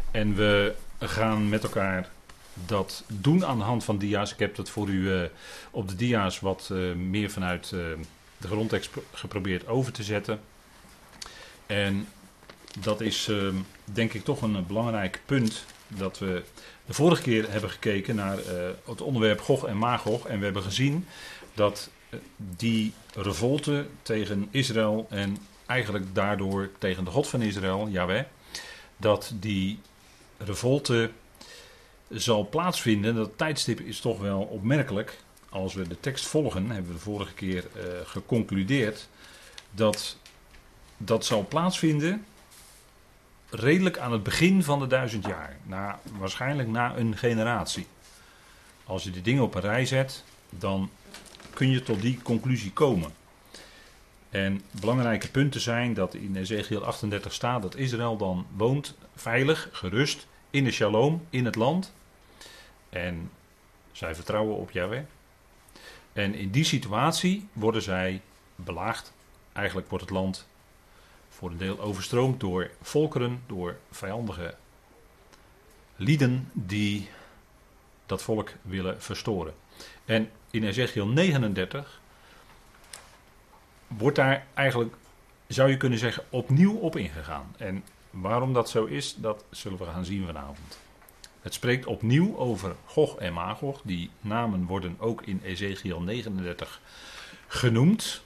En we gaan met elkaar dat doen aan de hand van dia's. Ik heb dat voor u op de dia's wat meer vanuit de grondtekst geprobeerd over te zetten. En dat is denk ik toch een belangrijk punt. Dat we de vorige keer hebben gekeken naar het onderwerp Gog en Magog. En we hebben gezien dat die revolte tegen Israël en eigenlijk daardoor tegen de God van Israël, Jahweh, dat die revolte zal plaatsvinden. Dat tijdstip is toch wel opmerkelijk. Als we de tekst volgen, hebben we de vorige keer geconcludeerd dat dat zal plaatsvinden redelijk aan het begin van de 1000 jaar. Waarschijnlijk na een generatie. Als je die dingen op een rij zet, dan kun je tot die conclusie komen. En belangrijke punten zijn dat in Ezechiel 38 staat dat Israël dan woont veilig, gerust, in de shalom, in het land. En zij vertrouwen op Jahweh. En in die situatie worden zij belaagd. Eigenlijk wordt het land voor een deel overstroomd door volkeren, door vijandige lieden die dat volk willen verstoren. En in Ezechiel 39 wordt daar eigenlijk, zou je kunnen zeggen, opnieuw op ingegaan. En waarom dat zo is, dat zullen we gaan zien vanavond. Het spreekt opnieuw over Gog en Magog. Die namen worden ook in Ezechiel 39 genoemd.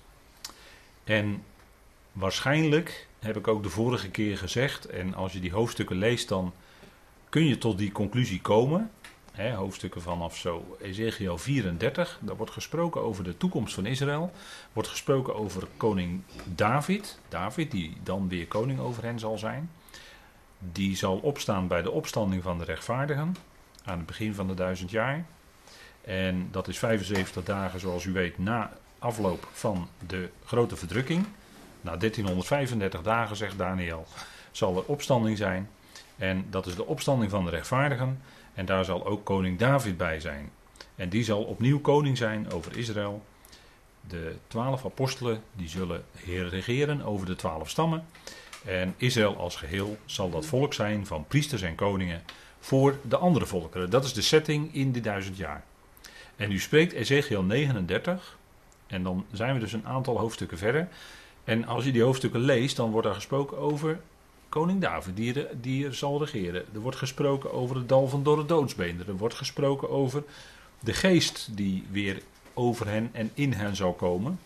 En waarschijnlijk, heb ik ook de vorige keer gezegd, en als je die hoofdstukken leest, dan kun je tot die conclusie komen. Hoofdstukken vanaf zo Ezechiel 34, daar wordt gesproken over de toekomst van Israël. Wordt gesproken over koning David. David, die dan weer koning over hen zal zijn. Die zal opstaan bij de opstanding van de rechtvaardigen. Aan het begin van de 1000 jaar. En dat is 75 dagen, zoals u weet, na afloop van de grote verdrukking. Na 1335 dagen, zegt Daniel, zal er opstanding zijn. En dat is de opstanding van de rechtvaardigen. En daar zal ook koning David bij zijn. En die zal opnieuw koning zijn over Israël. De 12 apostelen die zullen regeren over de 12 stammen. En Israël als geheel zal dat volk zijn van priesters en koningen voor de andere volkeren. Dat is de setting in die 1000 jaar. En nu spreekt Ezechiel 39. En dan zijn we dus een aantal hoofdstukken verder. En als je die hoofdstukken leest, dan wordt er gesproken over koning David, die er zal regeren. Er wordt gesproken over het dal van dorre doodsbeenderen. Er wordt gesproken over de geest die weer over hen en in hen zal komen.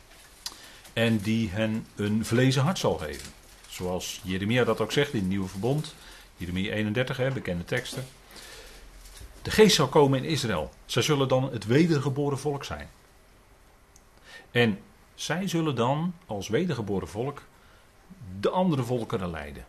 En die hen een vlezen hart zal geven. Zoals Jeremia dat ook zegt in het Nieuwe Verbond. Jeremia 31, bekende teksten. De geest zal komen in Israël. Zij zullen dan het wedergeboren volk zijn. En zij zullen dan als wedergeboren volk de andere volkeren leiden.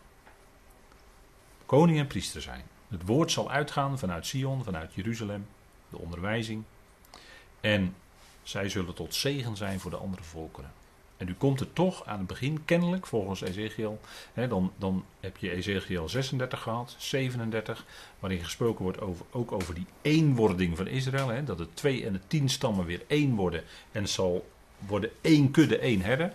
Koning en priester zijn. Het woord zal uitgaan vanuit Sion, vanuit Jeruzalem. De onderwijzing. En zij zullen tot zegen zijn voor de andere volkeren. En nu komt het toch aan het begin, kennelijk, volgens Ezechiel. Dan heb je Ezechiel 36 gehad, 37. Waarin gesproken wordt ook over die eenwording van Israël. Dat de 2 en de 10 stammen weer één worden. En het zal worden één kudde, één herder.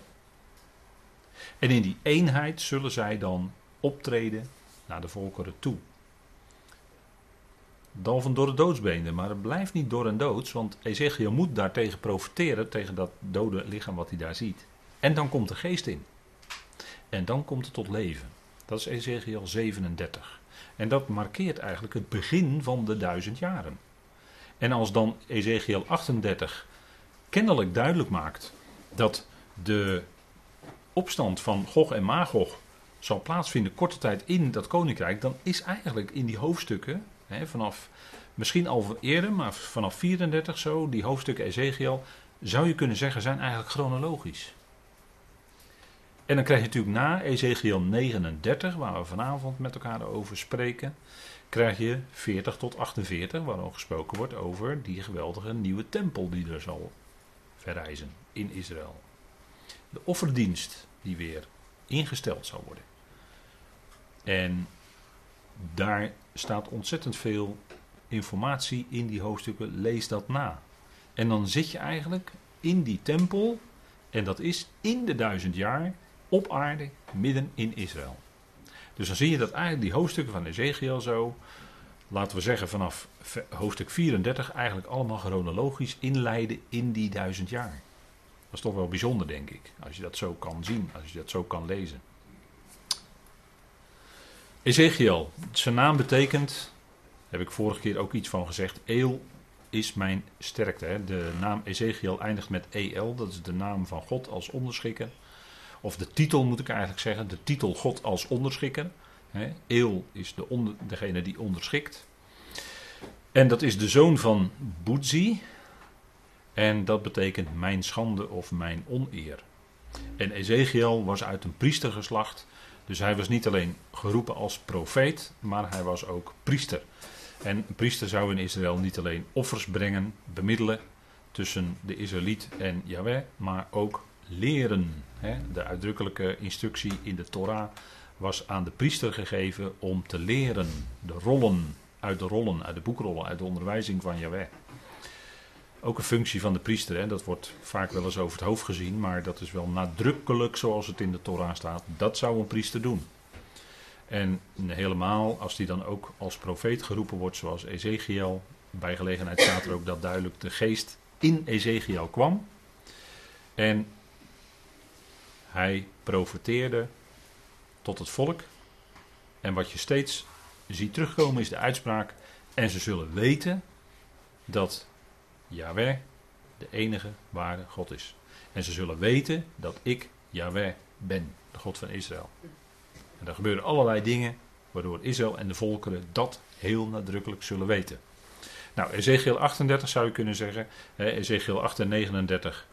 En in die eenheid zullen zij dan optreden naar de volkeren toe. Dal van dorre doodsbeenderen, maar het blijft niet dor en doods, want Ezechiel moet daartegen profiteren, tegen dat dode lichaam wat hij daar ziet. En dan komt de geest in. En dan komt het tot leven. Dat is Ezechiel 37. En dat markeert eigenlijk het begin van de 1000 jaren. En als dan Ezechiel 38 kennelijk duidelijk maakt dat de opstand van Gog en Magog zal plaatsvinden korte tijd in dat koninkrijk, dan is eigenlijk in die hoofdstukken, vanaf misschien al eerder, maar vanaf 34 zo, die hoofdstukken Ezechiel, zou je kunnen zeggen, zijn eigenlijk chronologisch. En dan krijg je natuurlijk na Ezechiel 39, waar we vanavond met elkaar over spreken, krijg je 40 tot 48, waarom gesproken wordt over die geweldige nieuwe tempel die er zal verrijzen in Israël. De offerdienst die weer ingesteld zal worden. En daar staat ontzettend veel informatie in die hoofdstukken. Lees dat na. En dan zit je eigenlijk in die tempel. En dat is in de 1000 jaar op aarde midden in Israël. Dus dan zie je dat eigenlijk die hoofdstukken van Ezechiel zo, laten we zeggen vanaf hoofdstuk 34, eigenlijk allemaal chronologisch inleiden in die 1000 jaar. Dat is toch wel bijzonder, denk ik, als je dat zo kan zien, als je dat zo kan lezen. Ezechiel, zijn naam betekent, heb ik vorige keer ook iets van gezegd, Eel is mijn sterkte. Hè. De naam Ezechiel eindigt met El, dat is de naam van God als onderschikker. Of de titel moet ik eigenlijk zeggen, de titel God als onderschikker. Hè. Eel is degene die onderschikt. En dat is de zoon van Boetzi. En dat betekent mijn schande of mijn oneer. En Ezechiel was uit een priestergeslacht. Dus hij was niet alleen geroepen als profeet, maar hij was ook priester. En een priester zou in Israël niet alleen offers brengen, bemiddelen tussen de Israëliet en Jahweh, maar ook leren. De uitdrukkelijke instructie in de Torah was aan de priester gegeven om te leren. De rollen, uit de boekrollen, uit de onderwijzing van Jahweh. Ook een functie van de priester, hè? Dat wordt vaak wel eens over het hoofd gezien, maar dat is wel nadrukkelijk zoals het in de Torah staat. Dat zou een priester doen. En helemaal als die dan ook als profeet geroepen wordt zoals Ezechiel, bij gelegenheid staat er ook dat duidelijk de geest in Ezechiel kwam. En hij profeteerde tot het volk. En wat je steeds ziet terugkomen is de uitspraak, en ze zullen weten dat Jahweh de enige ware God is. En ze zullen weten dat ik Jahweh ben, de God van Israël. En er gebeuren allerlei dingen waardoor Israël en de volkeren dat heel nadrukkelijk zullen weten. Nou, Ezechiel 38 zou je kunnen zeggen. Ezechiel 8 en 39.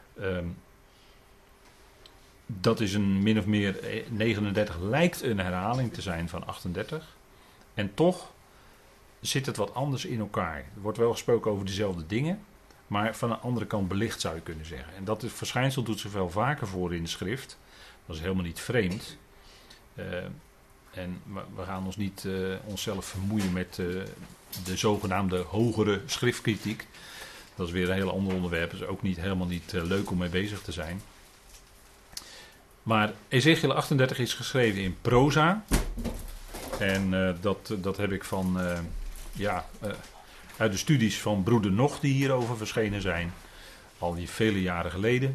Dat is een min of meer, 39 lijkt een herhaling te zijn van 38. En toch zit het wat anders in elkaar. Er wordt wel gesproken over dezelfde dingen, maar van een andere kant belicht zou je kunnen zeggen. En dat verschijnsel doet zich wel vaker voor in de schrift. Dat is helemaal niet vreemd. En we gaan ons niet onszelf vermoeien met de zogenaamde hogere schriftkritiek. Dat is weer een heel ander onderwerp. Dat is ook helemaal niet leuk om mee bezig te zijn. Maar Ezechiel 38 is geschreven in proza. En dat heb ik van uit de studies van broeder Nog die hierover verschenen zijn. Al die vele jaren geleden.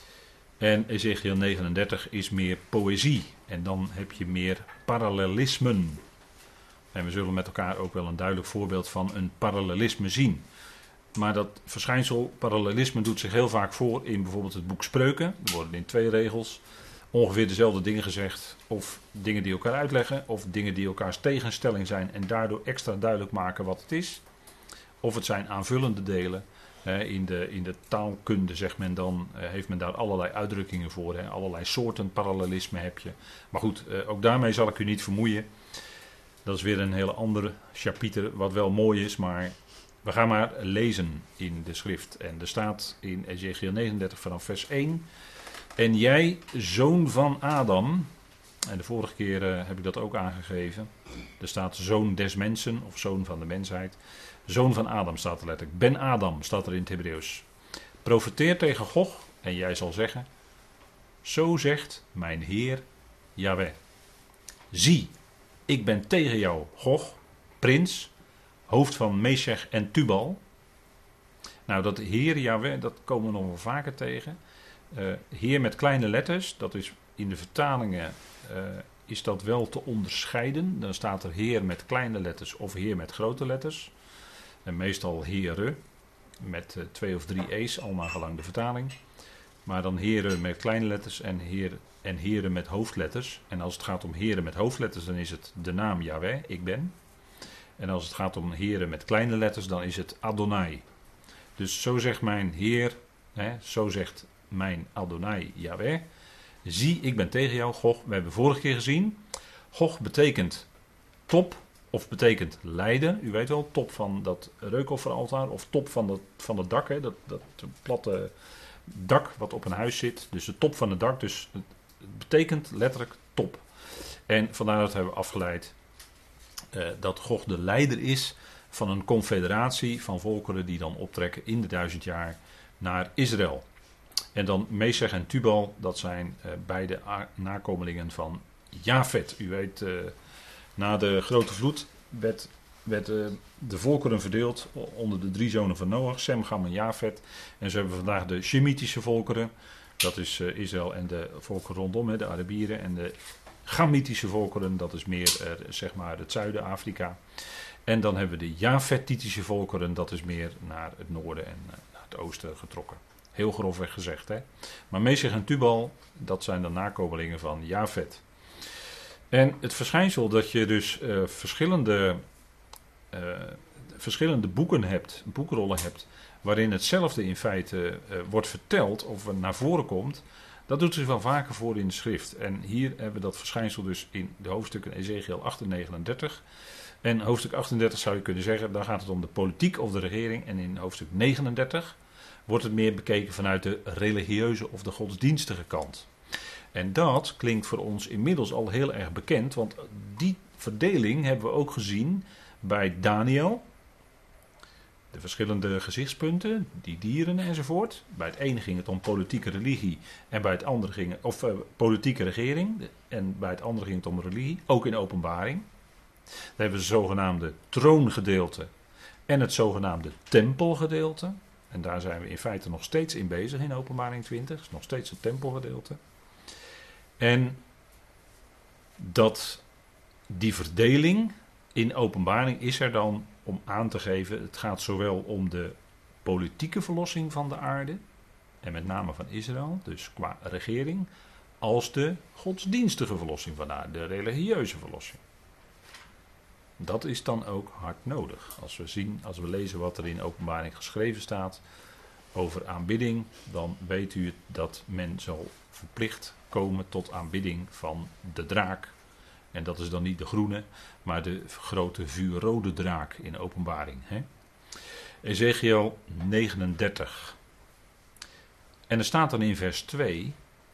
En Ezechiel 39 is meer poëzie. En dan heb je meer parallelismen. En we zullen met elkaar ook wel een duidelijk voorbeeld van een parallelisme zien. Maar dat verschijnsel parallelisme doet zich heel vaak voor in bijvoorbeeld het boek Spreuken. Er worden in 2 regels ongeveer dezelfde dingen gezegd. Of dingen die elkaar uitleggen. Of dingen die elkaars tegenstelling zijn. En daardoor extra duidelijk maken wat het is. Of het zijn aanvullende delen. In de taalkunde zegt men dan, heeft men daar allerlei uitdrukkingen voor. Allerlei soorten parallelisme heb je. Maar goed, ook daarmee zal ik u niet vermoeien. Dat is weer een hele andere chapiter, wat wel mooi is. Maar we gaan maar lezen in de schrift. En er staat in Ezechiel 39 vanaf vers 1. En jij, zoon van Adam. En de vorige keer heb ik dat ook aangegeven. Er staat zoon des mensen of zoon van de mensheid. Zoon van Adam staat er letterlijk. Ben Adam staat er in het Hebreeuws. Profeteer tegen Gog en jij zal zeggen. Zo zegt mijn Heer Jahweh. Zie, ik ben tegen jou, Gog, prins, hoofd van Meshech en Tubal. Nou, dat Heer Jahweh, dat komen we nog wel vaker tegen. Heer met kleine letters, dat is in de vertalingen is dat wel te onderscheiden. Dan staat er Heer met kleine letters of Heer met grote letters. En meestal Heere met 2 of 3 e's, al naar gelang de vertaling. Maar dan Heere met kleine letters en Heere met hoofdletters. En als het gaat om Heere met hoofdletters, dan is het de naam Jahweh, ik ben. En als het gaat om Heere met kleine letters, dan is het Adonai. Dus zo zegt mijn Heer, zo zegt mijn Adonai Jahweh. Zie, ik ben tegen jou, Gog. We hebben vorige keer gezien. Gog betekent top of betekent leider. U weet wel, top van dat reukofferaltaar of top van het dak. Hè, dat platte dak wat op een huis zit. Dus de top van het dak. Dus het betekent letterlijk top. En vandaar dat hebben we afgeleid dat Gog de leider is van een confederatie van volkeren die dan optrekken in de 1000 jaar naar Israël. En dan Meshech en Tubal, dat zijn beide nakomelingen van Jafet. U weet, na de grote vloed werden de volkeren verdeeld onder de 3 zonen van Noach, Sem, Cham en Jafet. En zo hebben we vandaag de Shemitische volkeren. Dat is Israël en de volkeren rondom, de Arabieren. En de Gamitische volkeren, dat is meer zeg maar het zuiden Afrika. En dan hebben we de Jafetitische volkeren, dat is meer naar het noorden en naar het oosten getrokken. Heel grofweg gezegd, hè. Maar Mesech en Tubal, dat zijn de nakomelingen van Jafet. En het verschijnsel dat je dus verschillende boeken hebt, boekrollen hebt, waarin hetzelfde in feite wordt verteld of naar voren komt, dat doet zich wel vaker voor in de schrift. En hier hebben we dat verschijnsel dus in de hoofdstukken Ezekiel 8 en 39. En hoofdstuk 38 zou je kunnen zeggen, daar gaat het om de politiek of de regering. En in hoofdstuk 39 wordt het meer bekeken vanuit de religieuze of de godsdienstige kant. En dat klinkt voor ons inmiddels al heel erg bekend, want die verdeling hebben we ook gezien bij Daniel. De verschillende gezichtspunten, die dieren enzovoort. Bij het ene ging het om politieke religie en bij het andere ging het, of politieke regering en bij het andere ging het om religie, ook in Openbaring. Dan hebben we het zogenaamde troongedeelte en het zogenaamde tempelgedeelte. En daar zijn we in feite nog steeds in bezig in Openbaring 20, is nog steeds het tempelgedeelte. En die verdeling in Openbaring is er dan om aan te geven, het gaat zowel om de politieke verlossing van de aarde, en met name van Israël, dus qua regering, als de godsdienstige verlossing van de aarde, de religieuze verlossing. Dat is dan ook hard nodig. Als we lezen wat er in Openbaring geschreven staat over aanbidding, dan weet u dat men zal verplicht komen tot aanbidding van de draak. En dat is dan niet de groene, maar de grote vuurrode draak in Openbaring. Ezekiel 39. En er staat dan in vers 2,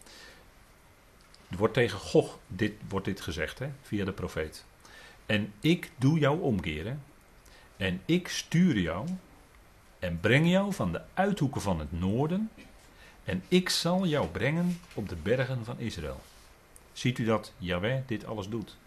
er wordt tegen Gog wordt dit gezegd, via de profeet. En ik doe jou omkeren, en ik stuur jou, en breng jou van de uithoeken van het noorden, en ik zal jou brengen op de bergen van Israël. Ziet u dat Jahweh dit alles doet?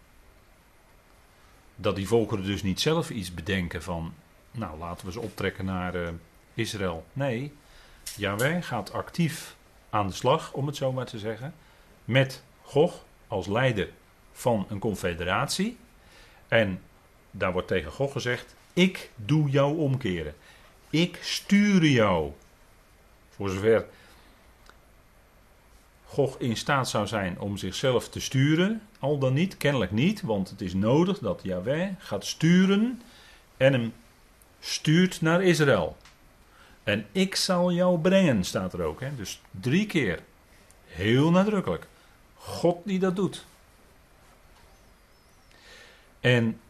Dat die volkeren dus niet zelf iets bedenken van, nou laten we ze optrekken naar Israël. Nee, Jahweh gaat actief aan de slag, om het zo maar te zeggen, met Gog als leider van een confederatie. En daar wordt tegen Gog gezegd, ik doe jou omkeren. Ik stuur jou. Voor zover Gog in staat zou zijn om zichzelf te sturen, al dan niet, kennelijk niet, want het is nodig dat Jahweh gaat sturen en hem stuurt naar Israël. En ik zal jou brengen, staat er ook. Dus 3 keer, heel nadrukkelijk, God die dat doet. En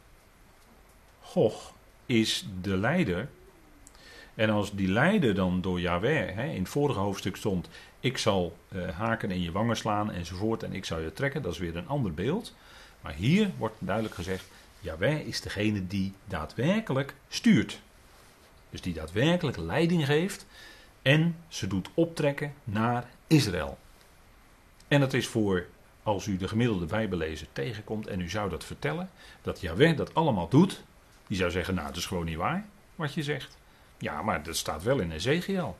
Gog is de leider. En als die leider dan door Jahweh, in het vorige hoofdstuk stond, ik zal haken in je wangen slaan enzovoort en ik zal je trekken, dat is weer een ander beeld. Maar hier wordt duidelijk gezegd, Jahweh is degene die daadwerkelijk stuurt. Dus die daadwerkelijk leiding geeft en ze doet optrekken naar Israël. En dat is voor, als u de gemiddelde Bijbellezer tegenkomt en u zou dat vertellen, dat Jahweh dat allemaal doet, die zou zeggen, nou dat is gewoon niet waar wat je zegt. Ja, maar dat staat wel in Ezekiel.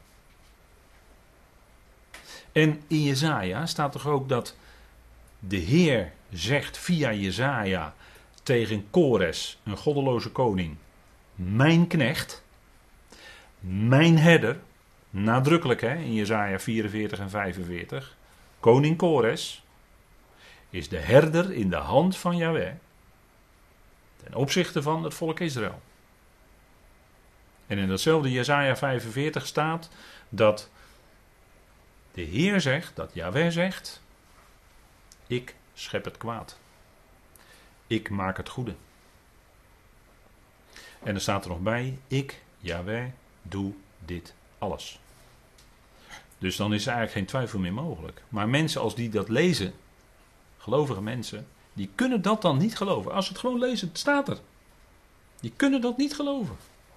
En in Jesaja staat toch ook dat de Heer zegt via Jesaja tegen Kores, een goddeloze koning, mijn knecht, mijn herder, nadrukkelijk in Jesaja 44 en 45, koning Kores is de herder in de hand van Jahweh ten opzichte van het volk Israël. En in datzelfde Jesaja 45 staat dat de Heer zegt, dat Jahweh zegt, ik schep het kwaad. Ik maak het goede. En er staat er nog bij, ik, Jahweh, doe dit alles. Dus dan is er eigenlijk geen twijfel meer mogelijk. Maar mensen als die dat lezen, gelovige mensen, die kunnen dat dan niet geloven. Als ze het gewoon lezen, het staat er. Die kunnen dat niet geloven.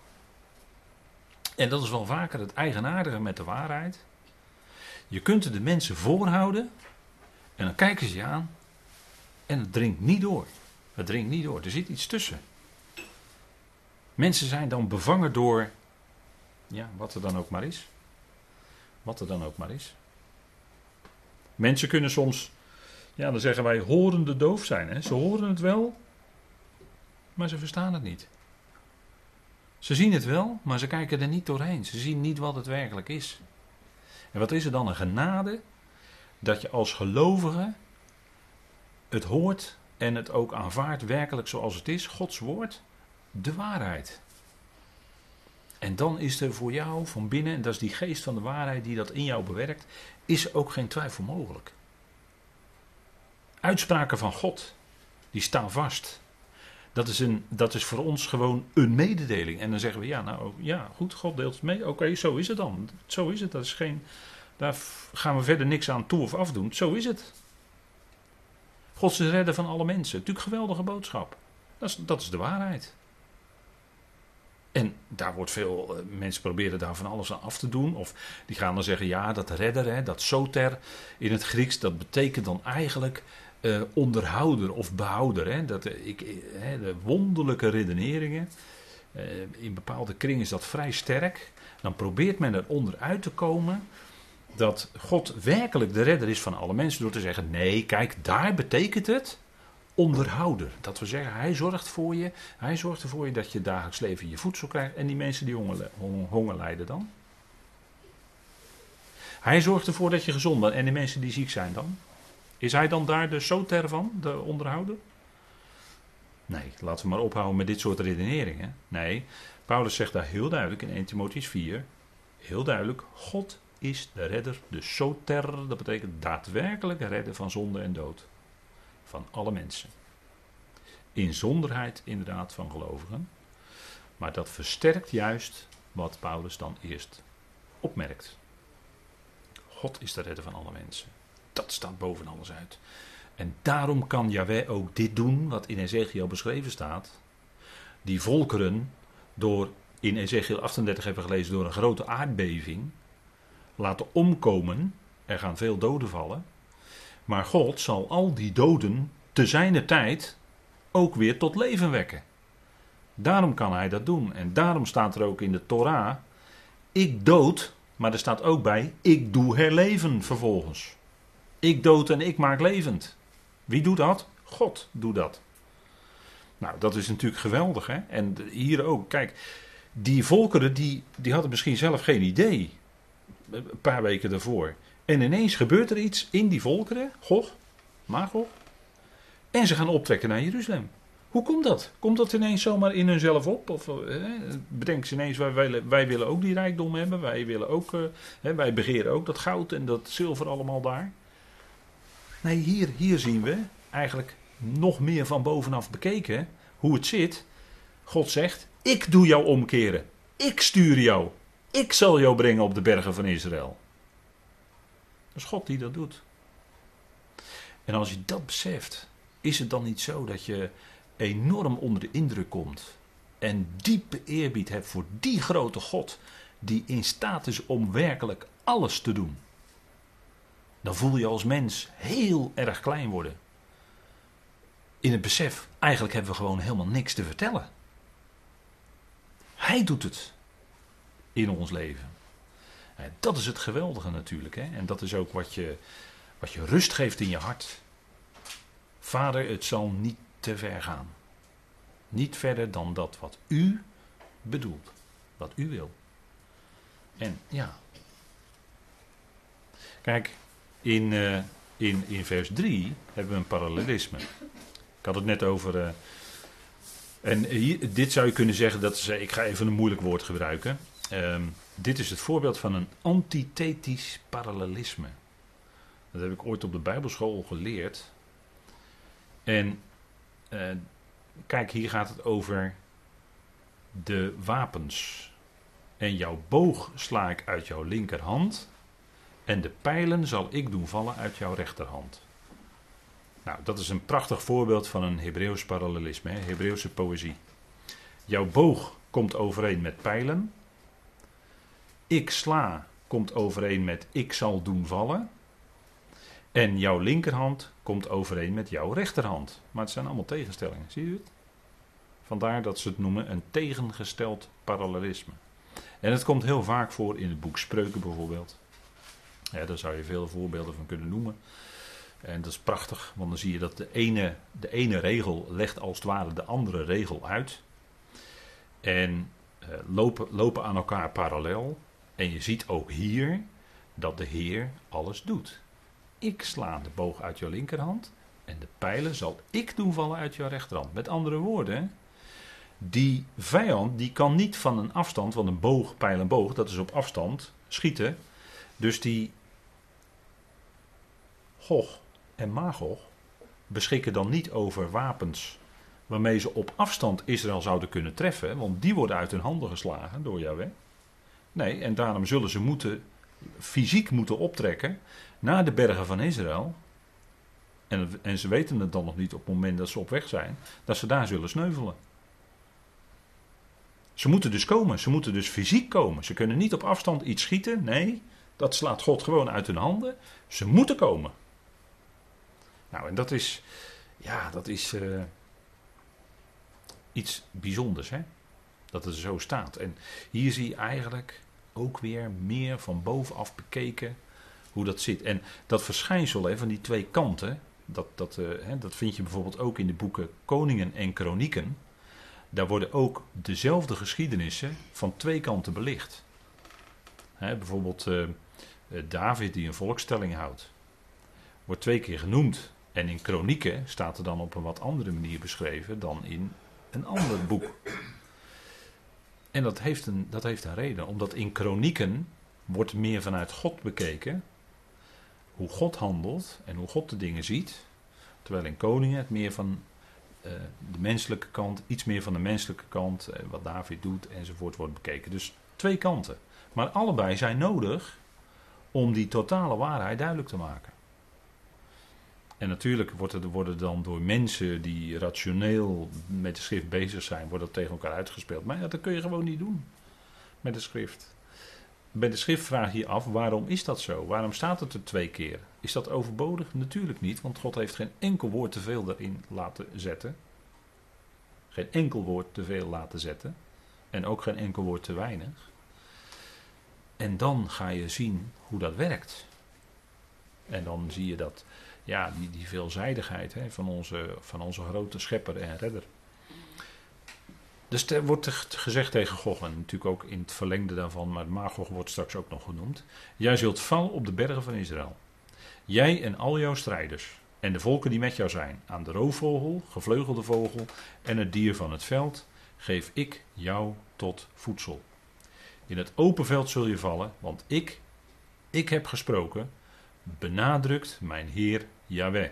En dat is wel vaker het eigenaardige met de waarheid. Je kunt het de mensen voorhouden en dan kijken ze je aan En het dringt niet door. Het dringt niet door. Er zit iets tussen. Mensen zijn dan bevangen door, ja, wat er dan ook maar is. Wat er dan ook maar is. Mensen kunnen soms, ja, dan zeggen wij horende doof zijn. Hè? Ze horen het wel, maar ze verstaan het niet. Ze zien het wel, maar ze kijken er niet doorheen. Ze zien niet wat het werkelijk is. En wat is er dan een genade? Dat je als gelovige het hoort en het ook aanvaardt werkelijk zoals het is. Gods woord, de waarheid. En dan is er voor jou van binnen, en dat is die geest van de waarheid die dat in jou bewerkt, is ook geen twijfel mogelijk. Uitspraken van God, die staan vast. Dat is voor ons gewoon een mededeling. En dan zeggen we, ja, nou ja, goed, God deelt het mee. Oké, zo is het dan. Zo is het. Dat is geen, daar gaan we verder niks aan toe of afdoen. Zo is het. God is de redder van alle mensen. Natuurlijk een geweldige boodschap. Dat is de waarheid. En daar wordt veel, mensen proberen daar van alles aan af te doen. Of die gaan dan zeggen, ja, dat redder, dat soter in het Grieks, dat betekent dan eigenlijk onderhouder of behouder. Hè. De wonderlijke redeneringen. In bepaalde kringen is dat vrij sterk. Dan probeert men eronder uit te komen dat God werkelijk de redder is van alle mensen. Door te zeggen, nee, kijk, daar betekent het onderhouder. Dat we zeggen, hij zorgt voor je. Hij zorgt ervoor je dat je dagelijks leven je voedsel krijgt. En die mensen die honger lijden dan. Hij zorgt ervoor dat je gezond bent. En die mensen die ziek zijn dan. Is hij dan daar de soter van, de onderhouder? Nee, laten we maar ophouden met dit soort redeneringen. Nee, Paulus zegt daar heel duidelijk in 1 Timotheüs 4. Heel duidelijk, God is de redder, de soter. Dat betekent daadwerkelijk redder van zonde en dood. Van alle mensen. Inzonderheid inderdaad van gelovigen. Maar dat versterkt juist wat Paulus dan eerst opmerkt. God is de redder van alle mensen. Dat staat boven alles uit. En daarom kan Yahweh ook dit doen wat in Ezekiel beschreven staat. Die volkeren in Ezekiel 38 hebben we gelezen, door een grote aardbeving laten omkomen. Er gaan veel doden vallen. Maar God zal al die doden te zijner tijd ook weer tot leven wekken. Daarom kan hij dat doen. En daarom staat er ook in de Torah, ik dood, maar er staat ook bij, ik doe herleven vervolgens. Ik dood en ik maak levend. Wie doet dat? God doet dat. Nou, dat is natuurlijk geweldig, hè? En hier ook, kijk, die volkeren die hadden misschien zelf geen idee. Een paar weken daarvoor. En ineens gebeurt er iets in die volkeren, Gog, Magog. En ze gaan optrekken naar Jeruzalem. Hoe komt dat? Komt dat ineens zomaar in hunzelf op? Of bedenken ze ineens, wij willen ook die rijkdom hebben. Wij willen ook, wij begeren ook dat goud en dat zilver allemaal daar. Nee, hier zien we eigenlijk nog meer van bovenaf bekeken hoe het zit. God zegt, ik doe jou omkeren. Ik stuur jou. Ik zal jou brengen op de bergen van Israël. Dat is God die dat doet. En als je dat beseft, is het dan niet zo dat je enorm onder de indruk komt en diepe eerbied hebt voor die grote God die in staat is om werkelijk alles te doen? Dan voel je als mens heel erg klein worden. In het besef, eigenlijk hebben we gewoon helemaal niks te vertellen. Hij doet het in ons leven. Dat is het geweldige natuurlijk. Hè? En dat is ook wat je rust geeft in je hart. Vader, het zal niet te ver gaan. Niet verder dan dat wat u bedoelt. Wat u wil. En ja. Kijk, in vers 3 hebben we een parallelisme. Ik had het net over. En dit zou je kunnen zeggen, ik ga even een moeilijk woord gebruiken. Dit is het voorbeeld van een antithetisch parallelisme. Dat heb ik ooit op de Bijbelschool geleerd. En kijk, hier gaat het over de wapens. En jouw boog sla ik uit jouw linkerhand. En de pijlen zal ik doen vallen uit jouw rechterhand. Nou, dat is een prachtig voorbeeld van een Hebreeuws parallelisme, Hebreeuwse poëzie. Jouw boog komt overeen met pijlen. Ik sla komt overeen met ik zal doen vallen. En jouw linkerhand komt overeen met jouw rechterhand. Maar het zijn allemaal tegenstellingen, zie je het? Vandaar dat ze het noemen een tegengesteld parallelisme. En het komt heel vaak voor in het boek Spreuken bijvoorbeeld. Ja, daar zou je veel voorbeelden van kunnen noemen. En dat is prachtig, want dan zie je dat de ene regel legt als het ware de andere regel uit. En lopen aan elkaar parallel. En je ziet ook hier dat de Heer alles doet. Ik sla de boog uit jouw linkerhand en de pijlen zal ik doen vallen uit jouw rechterhand. Met andere woorden, die vijand die kan niet van een afstand, want een boog, pijl en boog, dat is op afstand, schieten. Dus die Gog en Magog beschikken dan niet over wapens waarmee ze op afstand Israël zouden kunnen treffen, want die worden uit hun handen geslagen door Yahweh. Nee, en daarom zullen ze fysiek moeten optrekken naar de bergen van Israël. En ze weten het dan nog niet op het moment dat ze op weg zijn, dat ze daar zullen sneuvelen. Ze moeten dus komen, ze moeten dus fysiek komen. Ze kunnen niet op afstand iets schieten, nee, dat slaat God gewoon uit hun handen. Ze moeten komen. Nou, en dat is iets bijzonders, hè? Dat het zo staat. En hier zie je eigenlijk ook weer meer van bovenaf bekeken hoe dat zit. En dat verschijnsel van die twee kanten, dat vind je bijvoorbeeld ook in de boeken Koningen en Kronieken. Daar worden ook dezelfde geschiedenissen van twee kanten belicht. Bijvoorbeeld David die een volkstelling houdt. Wordt twee keer genoemd. En in Kronieken staat er dan op een wat andere manier beschreven dan in een ander boek. En dat heeft een reden. Omdat in Kronieken wordt meer vanuit God bekeken. Hoe God handelt en hoe God de dingen ziet. Terwijl in Koningen het meer van de menselijke kant, iets meer van de menselijke kant, wat David doet enzovoort wordt bekeken. Dus twee kanten. Maar allebei zijn nodig om die totale waarheid duidelijk te maken. En natuurlijk worden dan door mensen die rationeel met de schrift bezig zijn, wordt dat tegen elkaar uitgespeeld. Maar ja, dat kun je gewoon niet doen met de schrift. Bij de schrift vraag je je af, waarom is dat zo? Waarom staat het er twee keer? Is dat overbodig? Natuurlijk niet, want God heeft geen enkel woord te veel erin laten zetten. Geen enkel woord te veel laten zetten. En ook geen enkel woord te weinig. En dan ga je zien hoe dat werkt. En dan zie je dat, ja, die veelzijdigheid van onze grote schepper en redder. Dus er wordt gezegd tegen Gog, en natuurlijk ook in het verlengde daarvan, maar Magog wordt straks ook nog genoemd. Jij zult vallen op de bergen van Israël. Jij en al jouw strijders en de volken die met jou zijn. Aan de roofvogel, gevleugelde vogel en het dier van het veld geef ik jou tot voedsel. In het open veld zul je vallen, want ik heb gesproken, benadrukt mijn Heer Yahweh.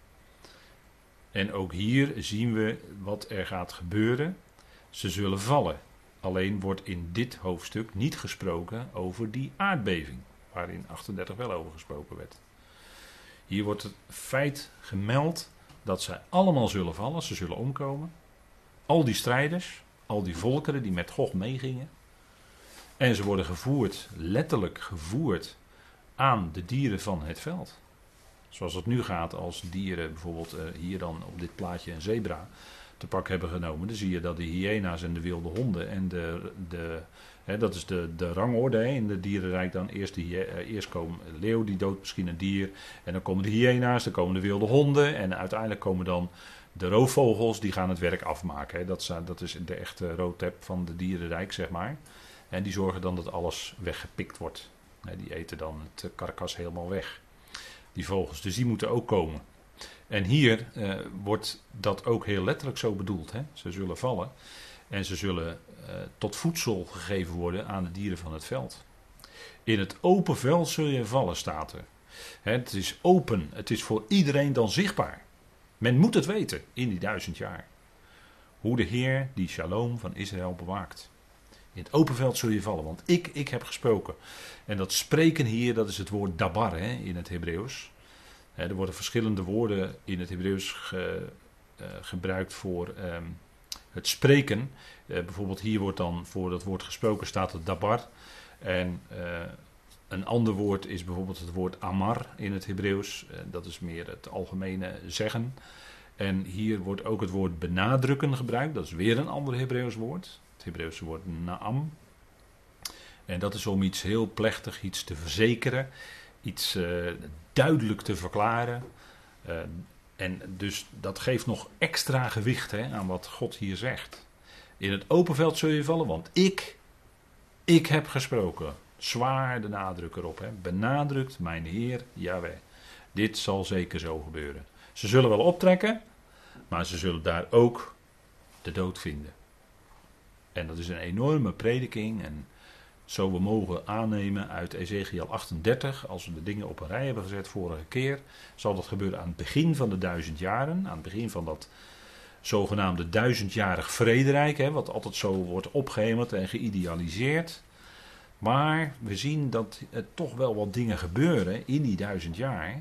En ook hier zien we wat er gaat gebeuren. Ze zullen vallen. Alleen wordt in dit hoofdstuk niet gesproken over die aardbeving, waar in 38 wel over gesproken werd. Hier wordt het feit gemeld dat zij allemaal zullen vallen, ze zullen omkomen. Al die strijders, al die volkeren die met Gog meegingen. En ze worden gevoerd, letterlijk gevoerd, aan de dieren van het veld. Zoals het nu gaat als dieren, bijvoorbeeld hier dan op dit plaatje een zebra, te pak hebben genomen. Dan zie je dat de hyena's en de wilde honden en dat is de rangorde in de dierenrijk dan. Eerst komen een leeuw, die doodt misschien een dier. En dan komen de hyena's, dan komen de wilde honden. En uiteindelijk komen dan de roofvogels, die gaan het werk afmaken. Dat is de echte roadtap van de dierenrijk, zeg maar. En die zorgen dan dat alles weggepikt wordt. Die eten dan het karkas helemaal weg. Die vogels, dus die moeten ook komen. En hier wordt dat ook heel letterlijk zo bedoeld. Hè? Ze zullen vallen en ze zullen tot voedsel gegeven worden aan de dieren van het veld. In het open veld zul je vallen, staat er. Het is open, het is voor iedereen dan zichtbaar. Men moet het weten in die 1000 jaar. Hoe de Heer die shalom van Israël bewaakt. In het open veld zul je vallen, want ik heb gesproken. En dat spreken hier, dat is het woord dabar in het Hebreeuws. Er worden verschillende woorden in het Hebreeuws gebruikt voor het spreken. Bijvoorbeeld hier wordt dan voor dat woord gesproken staat het dabar. En Een ander woord is bijvoorbeeld het woord amar in het Hebreeuws. Dat is meer het algemene zeggen. En hier wordt ook het woord benadrukken gebruikt. Dat is weer een ander Hebreeuws woord. Het Hebreeuwse woord naam. En dat is om iets heel plechtig, iets te verzekeren. Iets duidelijk te verklaren. En dus dat geeft nog extra gewicht aan wat God hier zegt. In het open veld zul je vallen, want ik heb gesproken. Zwaar de nadruk erop. Benadrukt mijn Heer Jahweh. Dit zal zeker zo gebeuren. Ze zullen wel optrekken, maar ze zullen daar ook de dood vinden. En dat is een enorme prediking. En zo we mogen aannemen uit Ezekiel 38, als we de dingen op een rij hebben gezet vorige keer, zal dat gebeuren aan het begin van de 1000 jaren. Aan het begin van dat zogenaamde 1000-jarig vrederijk, wat altijd zo wordt opgehemeld en geïdealiseerd. Maar we zien dat er toch wel wat dingen gebeuren in die 1000 jaar.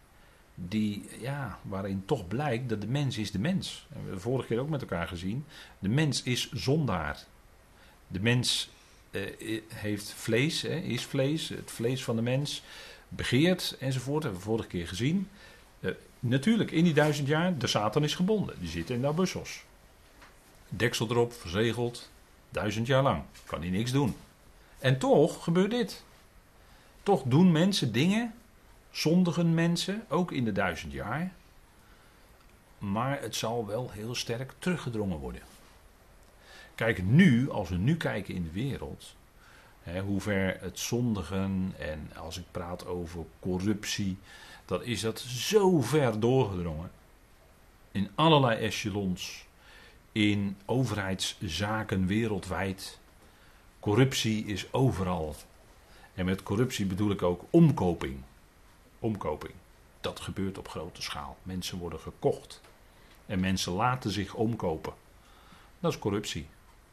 Waarin toch blijkt dat de mens is de mens. En we hebben de vorige keer ook met elkaar gezien. De mens is zondaar. De mens heeft vlees, is vlees. Het vlees van de mens begeert enzovoort. Dat hebben we vorige keer gezien. Natuurlijk, in die 1000 jaar, de Satan is gebonden. Die zit in de abyssos. Deksel erop, verzegeld. 1000 jaar lang. Kan hij niks doen. En toch gebeurt dit. Toch doen mensen dingen, zondigen mensen, ook in de 1000 jaar. Maar het zal wel heel sterk teruggedrongen worden. Kijk, nu, als we nu kijken in de wereld, hoe ver het zondigen en als ik praat over corruptie, dan is dat zo ver doorgedrongen. In allerlei echelons, in overheidszaken wereldwijd. Corruptie is overal. En met corruptie bedoel ik ook omkoping. Omkoping. Dat gebeurt op grote schaal. Mensen worden gekocht. En mensen laten zich omkopen. Dat is corruptie.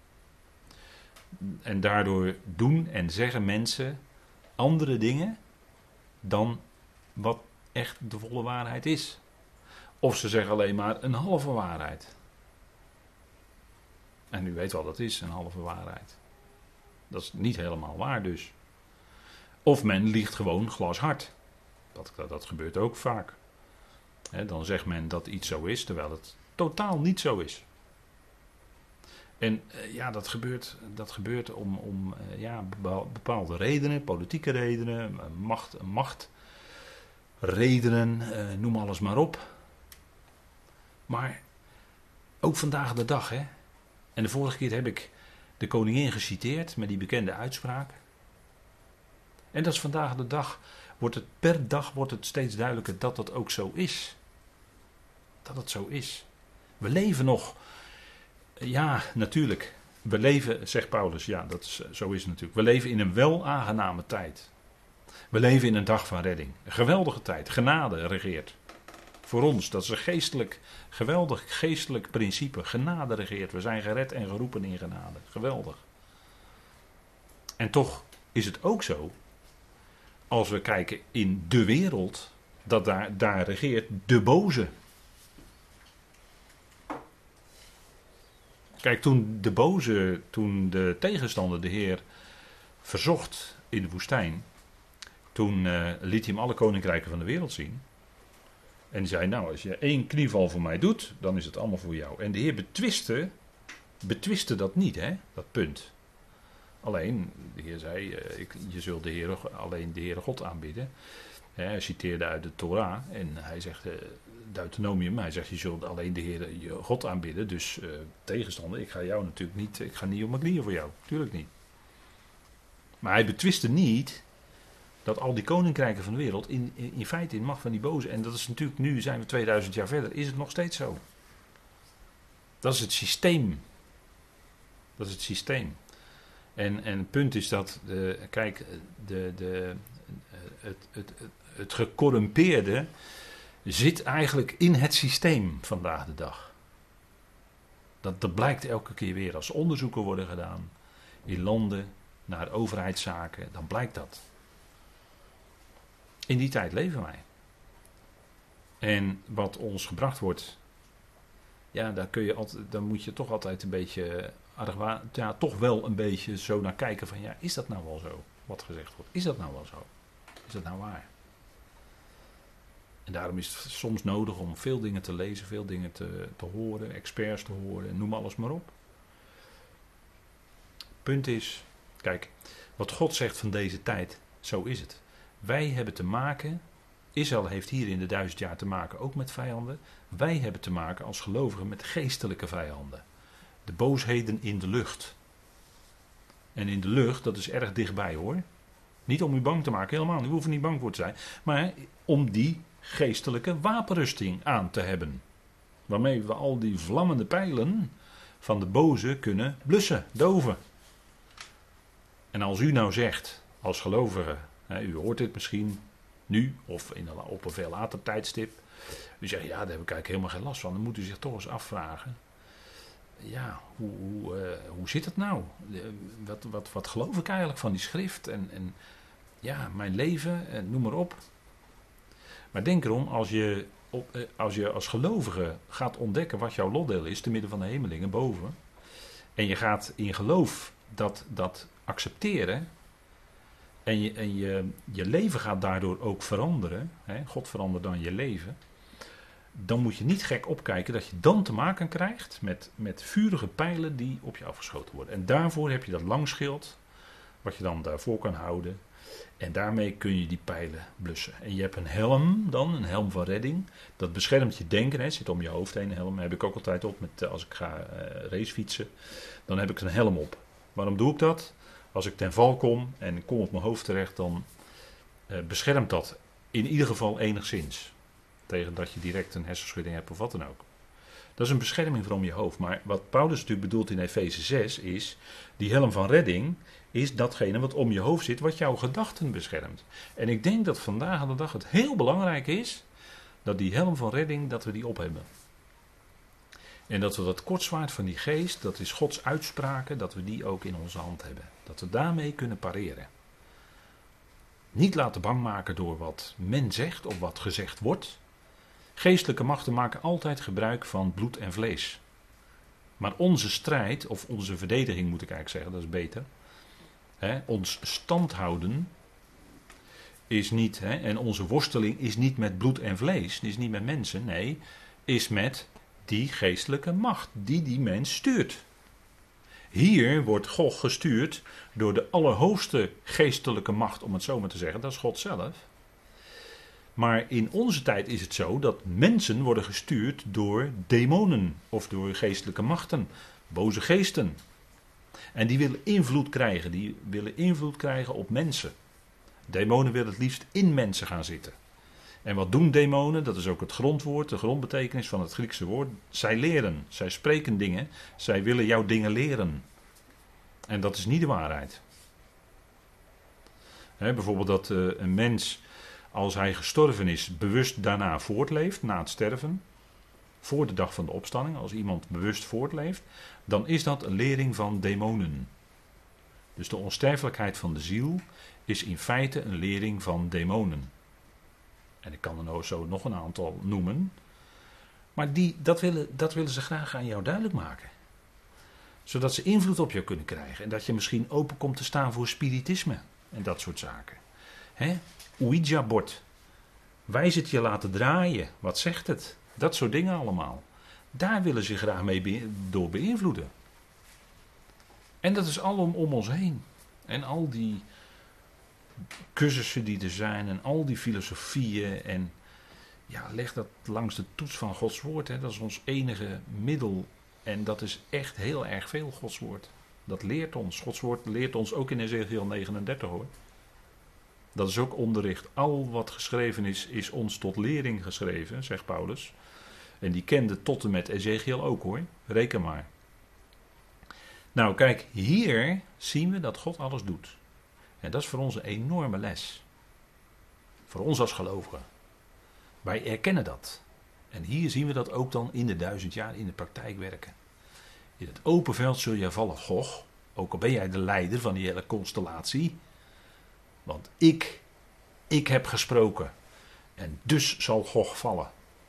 En daardoor doen en zeggen mensen andere dingen dan wat echt de volle waarheid is. Of ze zeggen alleen maar een halve waarheid. En u weet wat dat is, een halve waarheid. Dat is niet helemaal waar dus. Of men liegt gewoon glashard. Dat gebeurt ook vaak. Dan zegt men dat iets zo is, terwijl het totaal niet zo is. En dat gebeurt om bepaalde redenen, politieke redenen, machtredenen, noem alles maar op. Maar ook vandaag de dag, En de vorige keer heb ik de koningin geciteerd met die bekende uitspraak. En dat is vandaag de dag, per dag wordt het steeds duidelijker dat dat ook zo is. Dat het zo is. We leven nog. Ja, natuurlijk. We leven, zegt Paulus, zo is het natuurlijk. We leven in een wel aangename tijd. We leven in een dag van redding. Een geweldige tijd. Genade regeert. Voor ons, dat is een geweldig geestelijk principe. Genade regeert. We zijn gered en geroepen in genade. Geweldig. En toch is het ook zo, als we kijken in de wereld, dat daar regeert de boze. Kijk, toen de tegenstander de Heer verzocht in de woestijn, toen liet hij hem alle koninkrijken van de wereld zien. En hij zei, nou, als je 1 knieval voor mij doet, dan is het allemaal voor jou. En de Heer betwistte dat niet, dat punt. Alleen, de Heer zei, je zult alleen de Heere God aanbidden. Hij citeerde uit de Torah en hij zegt, Deuteronomium, hij zegt, je zult alleen de Heere je God aanbidden. Dus tegenstander, ik ga jou natuurlijk niet, ik ga niet op mijn knieën voor jou. Tuurlijk niet. Maar hij betwistte niet dat al die koninkrijken van de wereld in feite in macht van die boze. En dat is natuurlijk, nu zijn we 2000 jaar verder, is het nog steeds zo. Dat is het systeem. Dat is het systeem. En het punt is dat, het gecorrumpeerde zit eigenlijk in het systeem vandaag de dag. Dat blijkt elke keer weer. Als onderzoeken worden gedaan in landen naar overheidszaken, dan blijkt dat. In die tijd leven wij. En wat ons gebracht wordt, daar moet je toch altijd een beetje toch wel een beetje zo naar kijken van, is dat nou wel zo? wat gezegd wordt. Is dat nou wel zo? Is dat nou waar? En daarom is het soms nodig om veel dingen te lezen, veel dingen te horen, experts te horen, noem alles maar op. Punt is, kijk, wat God zegt van deze tijd, zo is het. Wij hebben te maken, Israël heeft hier in de 1000 jaar te maken ook met vijanden. Wij hebben te maken als gelovigen met geestelijke vijanden. De boosheden in de lucht. En in de lucht, dat is erg dichtbij hoor. Niet om u bang te maken, helemaal. U hoeft er niet bang voor te zijn. Maar om die geestelijke wapenrusting aan te hebben. Waarmee we al die vlammende pijlen van de boze kunnen blussen, doven. En als u nou zegt, als gelovige, u hoort dit misschien nu of op een veel later tijdstip. U zegt, ja, daar heb ik eigenlijk helemaal geen last van. Dan moet u zich toch eens afvragen. Ja, hoe zit het nou? Wat geloof ik eigenlijk van die schrift? En ja, mijn leven, noem maar op. Maar denk erom, als je als gelovige gaat ontdekken wat jouw lotdeel is, te midden van de hemelingen boven. En je gaat in geloof dat accepteren. En je leven gaat daardoor ook veranderen. Hè? God verandert dan je leven. Dan moet je niet gek opkijken dat je dan te maken krijgt met vurige pijlen die op je afgeschoten worden. En daarvoor heb je dat langschild, wat je dan daarvoor kan houden. En daarmee kun je die pijlen blussen. En je hebt een helm dan, een helm van redding. Dat beschermt je denken, hè, zit om je hoofd heen. Een helm heb ik ook altijd op als ik ga racefietsen. Dan heb ik een helm op. Waarom doe ik dat? Als ik ten val kom en ik kom op mijn hoofd terecht, dan beschermt dat in ieder geval enigszins. Tegen dat je direct een hersenschudding hebt of wat dan ook. Dat is een bescherming voor om je hoofd. Maar wat Paulus natuurlijk bedoelt in Efeze 6 is, die helm van redding is datgene wat om je hoofd zit, wat jouw gedachten beschermt. En ik denk dat vandaag aan de dag het heel belangrijk is, dat die helm van redding, dat we die op hebben. En dat we dat kortzwaard van die geest, dat is Gods uitspraken, dat we die ook in onze hand hebben. Dat we daarmee kunnen pareren. Niet laten bang maken door wat men zegt of wat gezegd wordt. Geestelijke machten maken altijd gebruik van bloed en vlees. Maar onze strijd, of onze verdediging moet ik eigenlijk zeggen, dat is beter. Ons standhouden is niet, en onze worsteling is niet met bloed en vlees, is niet met mensen, nee, is met die geestelijke macht die mens stuurt. Hier wordt God gestuurd door de allerhoogste geestelijke macht, om het zo maar te zeggen, dat is God zelf. Maar in onze tijd is het zo dat mensen worden gestuurd door demonen of door geestelijke machten, boze geesten. En die willen invloed krijgen op mensen. Demonen willen het liefst in mensen gaan zitten. En wat doen demonen? Dat is ook het grondwoord, de grondbetekenis van het Griekse woord. Zij leren, zij spreken dingen, zij willen jou dingen leren. En dat is niet de waarheid. Bijvoorbeeld dat een mens, als hij gestorven is, bewust daarna voortleeft, na het sterven, voor de dag van de opstanding, als iemand bewust voortleeft, dan is dat een lering van demonen. Dus de onsterfelijkheid van de ziel is in feite een lering van demonen. En ik kan er nou zo nog een aantal noemen. Maar dat willen ze graag aan jou duidelijk maken. Zodat ze invloed op jou kunnen krijgen. En dat je misschien open komt te staan voor spiritisme. En dat soort zaken. Ouija-bord. Wijs het je laten draaien. Wat zegt het? Dat soort dingen allemaal. Daar willen ze graag mee door beïnvloeden. En dat is alom om ons heen. En al die cursussen die er zijn. En al die filosofieën. En ja, leg dat langs de toets van Gods woord. Dat is ons enige middel. En dat is echt heel erg veel, Gods woord. Dat leert ons. Gods woord leert ons ook in Ezechiel 39 hoor. Dat is ook onderricht. Al wat geschreven is, is ons tot lering geschreven, zegt Paulus. En die kende tot en met Ezechiel ook hoor. Reken maar. Nou kijk, hier zien we dat God alles doet. En dat is voor ons een enorme les. Voor ons als gelovigen. Wij erkennen dat. En hier zien we dat ook dan in de 1000 jaar in de praktijk werken. In het open veld zul je vallen, Gog. Ook al ben jij de leider van die hele constellatie. Want ik heb gesproken. En dus zal Gog vallen.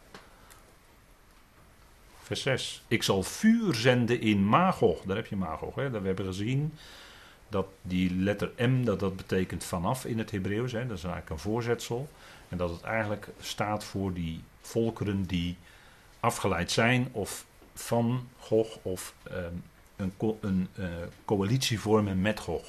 Vers 6. Ik zal vuur zenden in Magog. Daar heb je Magog. Hè? We hebben gezien dat die letter M, dat betekent vanaf in het Hebreeuws. Dat is eigenlijk een voorzetsel. En dat het eigenlijk staat voor die volkeren die afgeleid zijn of van Gog of een coalitie vormen met Gog.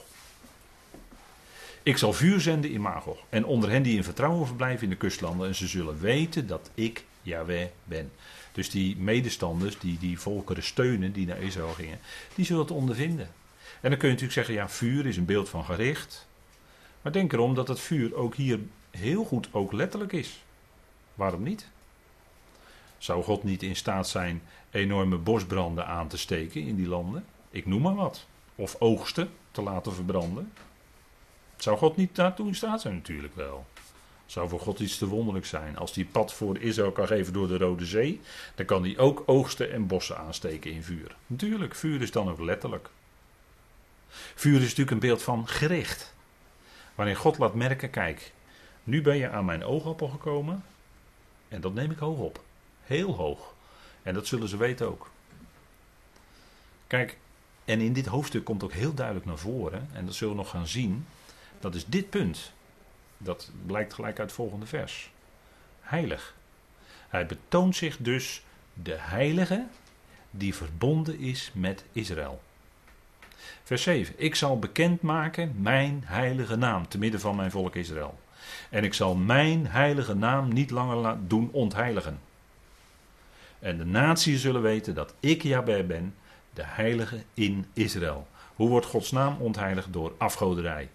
Ik zal vuur zenden in Magog en onder hen die in vertrouwen verblijven in de kustlanden en ze zullen weten dat ik Yahweh ben. Dus die medestanders die volkeren steunen die naar Israël gingen, die zullen het ondervinden. En dan kun je natuurlijk zeggen, ja, vuur is een beeld van gericht. Maar denk erom dat het vuur ook hier heel goed ook letterlijk is. Waarom niet? Zou God niet in staat zijn enorme bosbranden aan te steken in die landen? Ik noem maar wat. Of oogsten te laten verbranden. Zou God niet daartoe in staat zijn? Natuurlijk wel. Zou voor God iets te wonderlijk zijn. Als hij pad voor Israël kan geven door de Rode Zee, dan kan hij ook oogsten en bossen aansteken in vuur. Natuurlijk, vuur is dan ook letterlijk. Vuur is natuurlijk een beeld van gericht. Waarin God laat merken, kijk, nu ben je aan mijn oogappel gekomen en dat neem ik hoog op. Heel hoog. En dat zullen ze weten ook. Kijk, en in dit hoofdstuk komt ook heel duidelijk naar voren, en dat zullen we nog gaan zien, dat is dit punt. Dat blijkt gelijk uit het volgende vers. Heilig. Hij betoont zich dus de heilige die verbonden is met Israël. Vers 7. Ik zal bekendmaken mijn heilige naam te midden van mijn volk Israël. En ik zal mijn heilige naam niet langer doen ontheiligen. En de naties zullen weten dat ik Yahweh ben, de heilige in Israël. Hoe wordt Gods naam ontheiligd? Door afgoderij.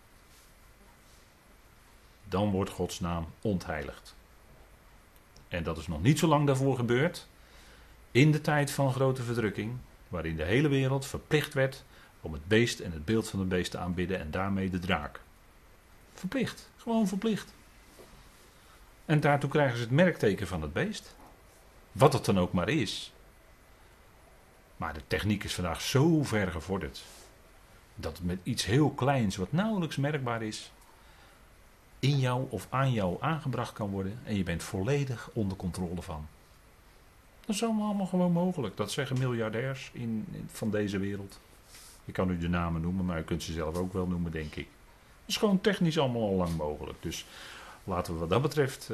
Dan wordt Gods naam ontheiligd. En dat is nog niet zo lang daarvoor gebeurd. In de tijd van grote verdrukking, waarin de hele wereld verplicht werd om het beest en het beeld van het beest te aanbidden en daarmee de draak. Verplicht, gewoon verplicht. En daartoe krijgen ze het merkteken van het beest. Wat het dan ook maar is. Maar de techniek is vandaag zo ver gevorderd, dat met iets heel kleins, wat nauwelijks merkbaar is, in jou of aan jou aangebracht kan worden en je bent volledig onder controle van. Dat is allemaal gewoon mogelijk. Dat zeggen miljardairs van deze wereld. Ik kan u de namen noemen, maar u kunt ze zelf ook wel noemen, denk ik. Dat is gewoon technisch allemaal al lang mogelijk. Dus laten we wat dat betreft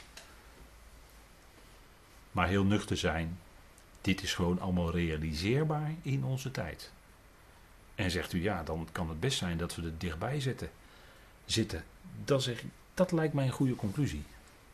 maar heel nuchter zijn. Dit is gewoon allemaal realiseerbaar in onze tijd. En zegt u, ja, dan kan het best zijn dat we er dichtbij zitten. Dan zeg ik, dat lijkt mij een goede conclusie.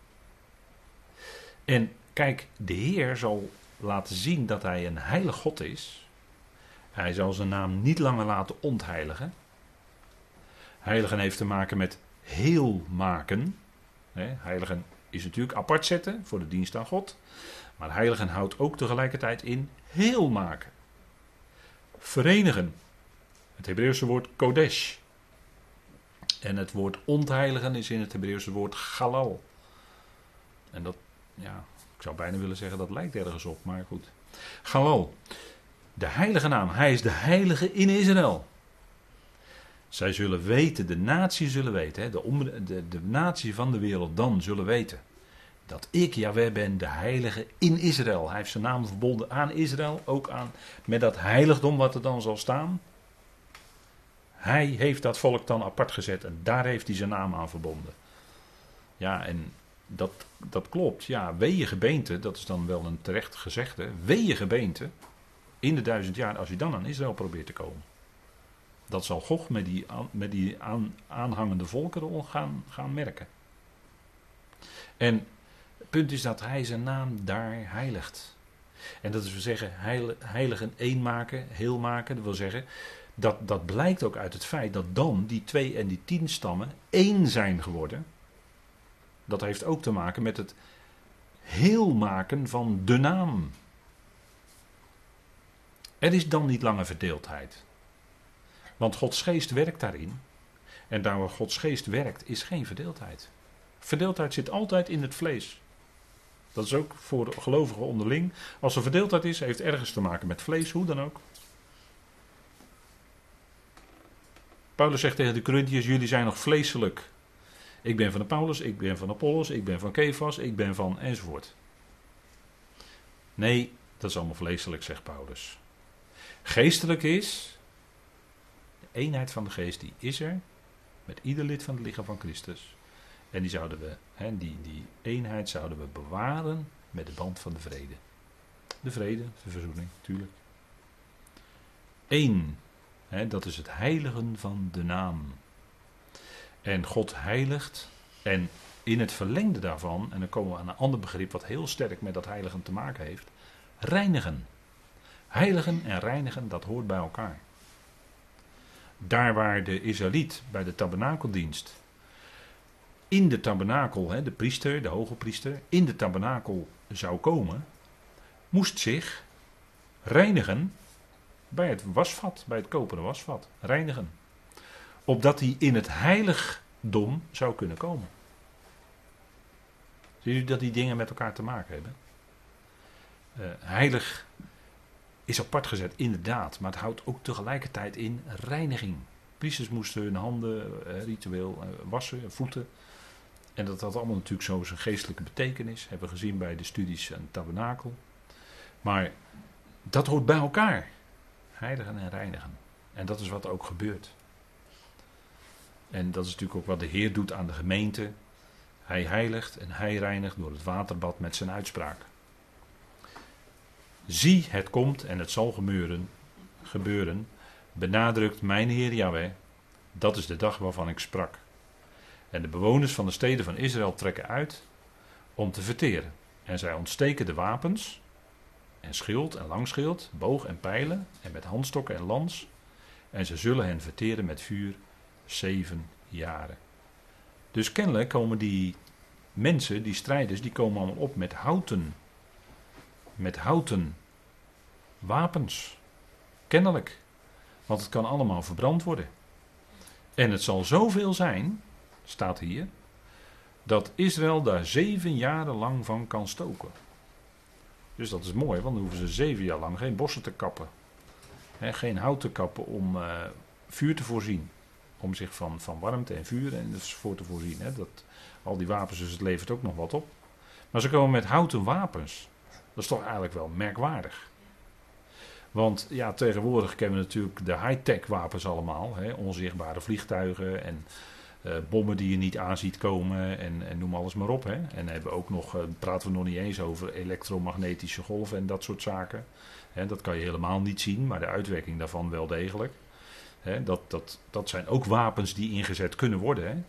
En kijk, de Heer zal laten zien dat hij een heilig God is. Hij zal zijn naam niet langer laten ontheiligen. Heiligen heeft te maken met heel maken. Heiligen is natuurlijk apart zetten voor de dienst aan God. Maar heiligen houdt ook tegelijkertijd in heel maken. Verenigen. Het Hebreeuwse woord kodesh. En het woord ontheiligen is in het Hebreeuwse woord galal. En dat, ja, ik zou bijna willen zeggen dat lijkt ergens op, maar goed. Galal. De heilige naam. Hij is de heilige in Israël. Zij zullen weten, de natie zullen weten, de natie van de wereld dan zullen weten, dat ik Yahweh ben, de heilige in Israël. Hij heeft zijn naam verbonden aan Israël, ook met dat heiligdom wat er dan zal staan. Hij heeft dat volk dan apart gezet en daar heeft hij zijn naam aan verbonden. Ja, en dat klopt. Ja, wee je gebeente, dat is dan wel een terecht gezegde, wee je gebeente in de 1000 jaar als je dan aan Israël probeert te komen. Dat zal Gog met die aanhangende volkeren gaan merken. En het punt is dat hij zijn naam daar heiligt. En dat is, we zeggen, heiligen één maken, heel maken. Dat wil zeggen, dat blijkt ook uit het feit dat dan die 2 en die 10 stammen één zijn geworden. Dat heeft ook te maken met het heel maken van de naam. Er is dan niet langer verdeeldheid. Want Gods geest werkt daarin. En daar waar Gods geest werkt, is geen verdeeldheid. Verdeeldheid zit altijd in het vlees. Dat is ook voor gelovigen onderling. Als er verdeeldheid is, heeft ergens te maken met vlees, hoe dan ook. Paulus zegt tegen de Corinthiërs, jullie zijn nog vleeselijk. Ik ben van de Paulus, ik ben van Apollos, ik ben van Kefas, ik ben van enzovoort. Nee, dat is allemaal vleeselijk, zegt Paulus. Geestelijk is, eenheid van de geest die is er met ieder lid van het lichaam van Christus. En die zouden we, die eenheid zouden we bewaren met de band van de vrede. De vrede, de verzoening, natuurlijk. 1, dat is het heiligen van de naam. En God heiligt, en in het verlengde daarvan, en dan komen we aan een ander begrip wat heel sterk met dat heiligen te maken heeft, reinigen. Heiligen en reinigen, dat hoort bij elkaar. Daar waar de Israëliet bij de tabernakeldienst in de tabernakel, de priester, de hoge priester, in de tabernakel zou komen, moest zich reinigen bij het wasvat, bij het koperen wasvat. Reinigen. Opdat hij in het heiligdom zou kunnen komen. Zie je dat die dingen met elkaar te maken hebben? Heilig is apart gezet, inderdaad, maar het houdt ook tegelijkertijd in reiniging. Priesters moesten hun handen ritueel wassen, voeten. En dat had allemaal natuurlijk zo zijn geestelijke betekenis. Hebben we gezien bij de studies aan het tabernakel. Maar dat hoort bij elkaar. Heiligen en reinigen. En dat is wat ook gebeurt. En dat is natuurlijk ook wat de Heer doet aan de gemeente. Hij heiligt en hij reinigt door het waterbad met zijn uitspraak. Zie, het komt en het zal gebeuren, benadrukt mijn Heer Jahweh, dat is de dag waarvan ik sprak. En de bewoners van de steden van Israël trekken uit om te verteren. En zij ontsteken de wapens, en schild en langschild, boog en pijlen, en met handstokken en lans. En ze zullen hen verteren met vuur 7 jaren. Dus kennelijk komen die mensen, die strijders, die komen allemaal op met houten wapens. Kennelijk. Want het kan allemaal verbrand worden. En het zal zoveel zijn, staat hier, dat Israël daar 7 jaren lang van kan stoken. Dus dat is mooi, want dan hoeven ze 7 jaar lang geen bossen te kappen. Geen hout te kappen om vuur te voorzien. Om zich van warmte en vuur en dus voor te voorzien. Al die wapens, dus het levert ook nog wat op. Maar ze komen met houten wapens. Dat is toch eigenlijk wel merkwaardig. Want ja, tegenwoordig kennen we natuurlijk de high-tech wapens allemaal. Onzichtbare vliegtuigen en bommen die je niet aan ziet komen en noem alles maar op. En dan hebben we ook nog, praten we nog niet eens over elektromagnetische golven en dat soort zaken. Dat kan je helemaal niet zien, maar de uitwerking daarvan wel degelijk. Dat zijn ook wapens die ingezet kunnen worden.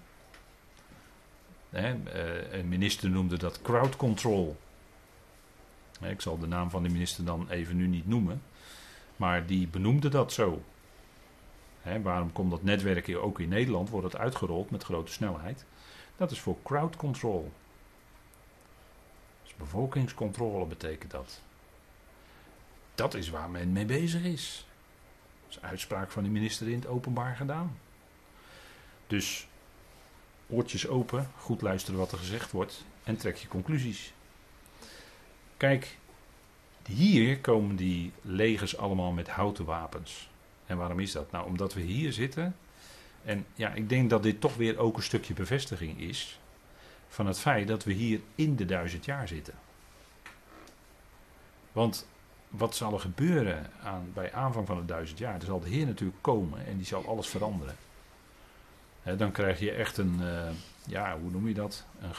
Een minister noemde dat crowd control. Ik zal de naam van de minister dan even nu niet noemen. Maar die benoemde dat zo. Waarom komt dat netwerk hier ook in Nederland? Wordt het uitgerold met grote snelheid? Dat is voor crowd control. Dus bevolkingscontrole betekent dat. Dat is waar men mee bezig is. Dat is uitspraak van de minister in het openbaar gedaan. Dus oortjes open, goed luisteren wat er gezegd wordt en trek je conclusies. Kijk, hier komen die legers allemaal met houten wapens. En waarom is dat? Nou, omdat we hier zitten. En ja, ik denk dat dit toch weer ook een stukje bevestiging is van het feit dat we hier in de 1000 jaar zitten. Want wat zal er gebeuren bij aanvang van het 1000 jaar? Er zal de Heer natuurlijk komen en die zal alles veranderen. Dan krijg je echt een, hoe noem je dat? Een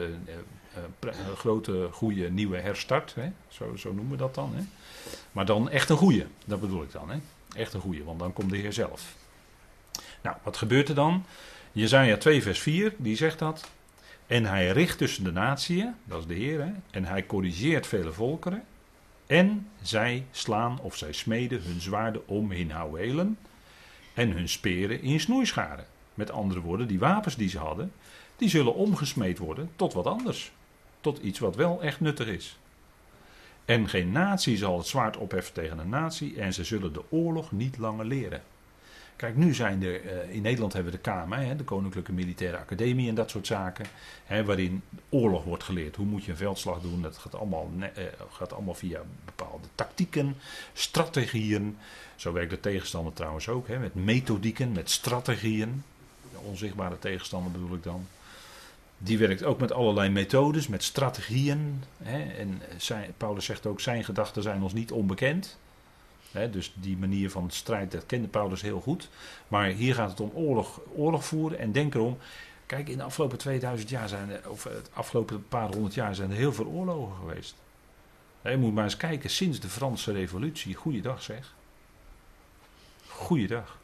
grote goede nieuwe herstart. Zo noemen we dat dan. Maar dan echt een goede, dat bedoel ik dan. Echt een goede, want dan komt de Heer zelf. Nou, wat gebeurt er dan? Jesaja 2 vers 4, die zegt dat. En hij richt tussen de natieën, dat is de Heer. En hij corrigeert vele volkeren. En zij slaan of zij smeden hun zwaarden om in houwelen en hun speren in snoeischaren. Met andere woorden, die wapens die ze hadden, die zullen omgesmeed worden tot wat anders. Tot iets wat wel echt nuttig is. En geen natie zal het zwaard opheffen tegen een natie en ze zullen de oorlog niet langer leren. Kijk, nu zijn er, in Nederland hebben we de KMA, de Koninklijke Militaire Academie en dat soort zaken, waarin oorlog wordt geleerd. Hoe moet je een veldslag doen? Dat gaat allemaal via bepaalde tactieken, strategieën. Zo werkt de tegenstander trouwens ook, met methodieken, met strategieën. De onzichtbare tegenstander bedoel ik dan. Die werkt ook met allerlei methodes, met strategieën. En Paulus zegt ook, zijn gedachten zijn ons niet onbekend. Dus die manier van strijd, dat kende Paulus heel goed. Maar hier gaat het om oorlog voeren. En denk erom, kijk, in de afgelopen 2000 jaar of het afgelopen paar honderd jaar zijn er heel veel oorlogen geweest. Je moet maar eens kijken, sinds de Franse Revolutie. Goeiedag zeg. Goeiedag.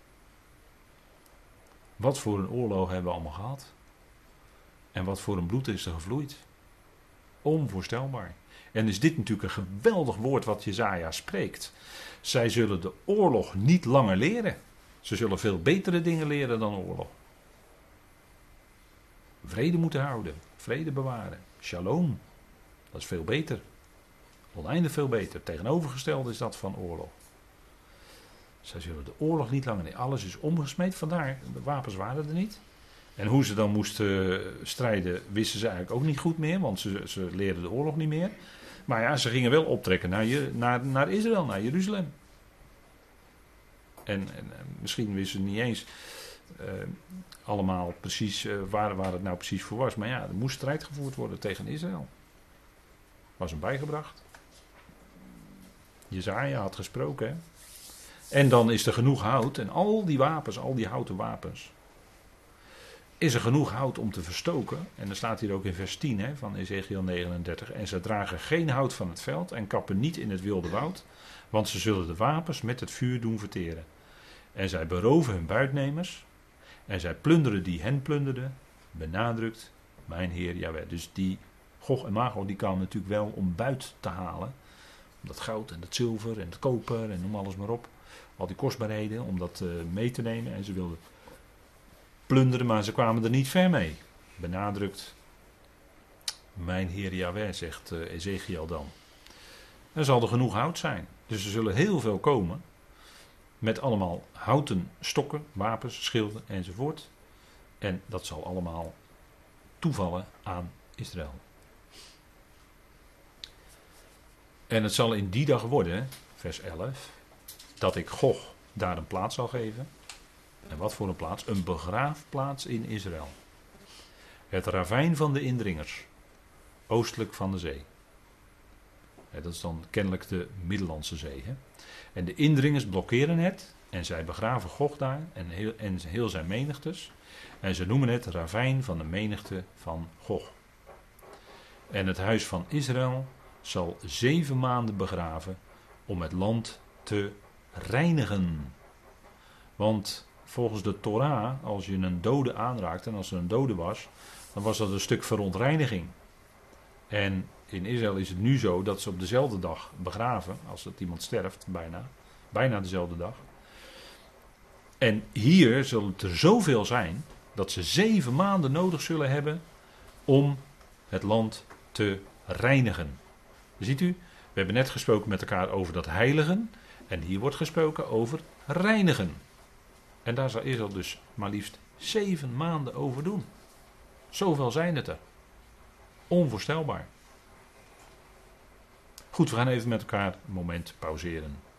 Wat voor een oorlog hebben we allemaal gehad? En wat voor een bloed is er gevloeid? Onvoorstelbaar. En is dit natuurlijk een geweldig woord wat Jesaja spreekt. Zij zullen de oorlog niet langer leren. Ze zullen veel betere dingen leren dan oorlog. Vrede moeten houden. Vrede bewaren. Shalom. Dat is veel beter. Oneindig veel beter. Tegenovergesteld is dat van oorlog. Zij zullen de oorlog niet langer leren. Alles is omgesmeed. Vandaar, de wapens waren er niet. En hoe ze dan moesten strijden, wisten ze eigenlijk ook niet goed meer. Want ze leerden de oorlog niet meer. Maar ja, ze gingen wel optrekken naar Israël, naar Jeruzalem. En misschien wisten ze niet eens allemaal precies waar het nou precies voor was. Maar ja, er moest strijd gevoerd worden tegen Israël. Was hem bijgebracht. Jesaja had gesproken. Hè? En dan is er genoeg hout. En al die wapens, al die houten wapens. Is er genoeg hout om te verstoken? En dan staat hier ook in vers 10 van Ezekiel 39. En ze dragen geen hout van het veld en kappen niet in het wilde woud. Want ze zullen de wapens met het vuur doen verteren. En zij beroven hun buitnemers. En zij plunderen die hen plunderden. Benadrukt mijn Heer Jahweh. Dus die Gog en Magog die kwamen natuurlijk wel om buit te halen. Om dat goud en dat zilver en het koper en noem alles maar op. Al die kostbaarheden om dat mee te nemen. En ze wilden plunderen, maar ze kwamen er niet ver mee. Benadrukt mijn Heer Jahweh, zegt Ezekiel dan. Er zal er genoeg hout zijn. Dus er zullen heel veel komen. Met allemaal houten stokken, wapens, schilden enzovoort. En dat zal allemaal toevallen aan Israël. En het zal in die dag worden, vers 11, dat ik Gog daar een plaats zal geven. En wat voor een plaats? Een begraafplaats in Israël. Het ravijn van de indringers, oostelijk van de zee. Dat is dan kennelijk de Middellandse Zee. Hè? En de indringers blokkeren het en zij begraven Gog daar en heel zijn menigtes. En ze noemen het ravijn van de menigte van Gog. En het huis van Israël zal 7 maanden begraven om het land te reinigen. Want volgens de Torah, als je een dode aanraakt en als er een dode was, dan was dat een stuk verontreiniging. En in Israël is het nu zo dat ze op dezelfde dag begraven, als dat iemand sterft, bijna dezelfde dag. En hier zullen het er zoveel zijn, dat ze 7 maanden nodig zullen hebben om het land te reinigen. Ziet u, we hebben net gesproken met elkaar over dat heiligen, en hier wordt gesproken over reinigen. En daar zal Israël dus maar liefst 7 maanden over doen. Zoveel zijn het er. Onvoorstelbaar. Goed, we gaan even met elkaar een moment pauzeren.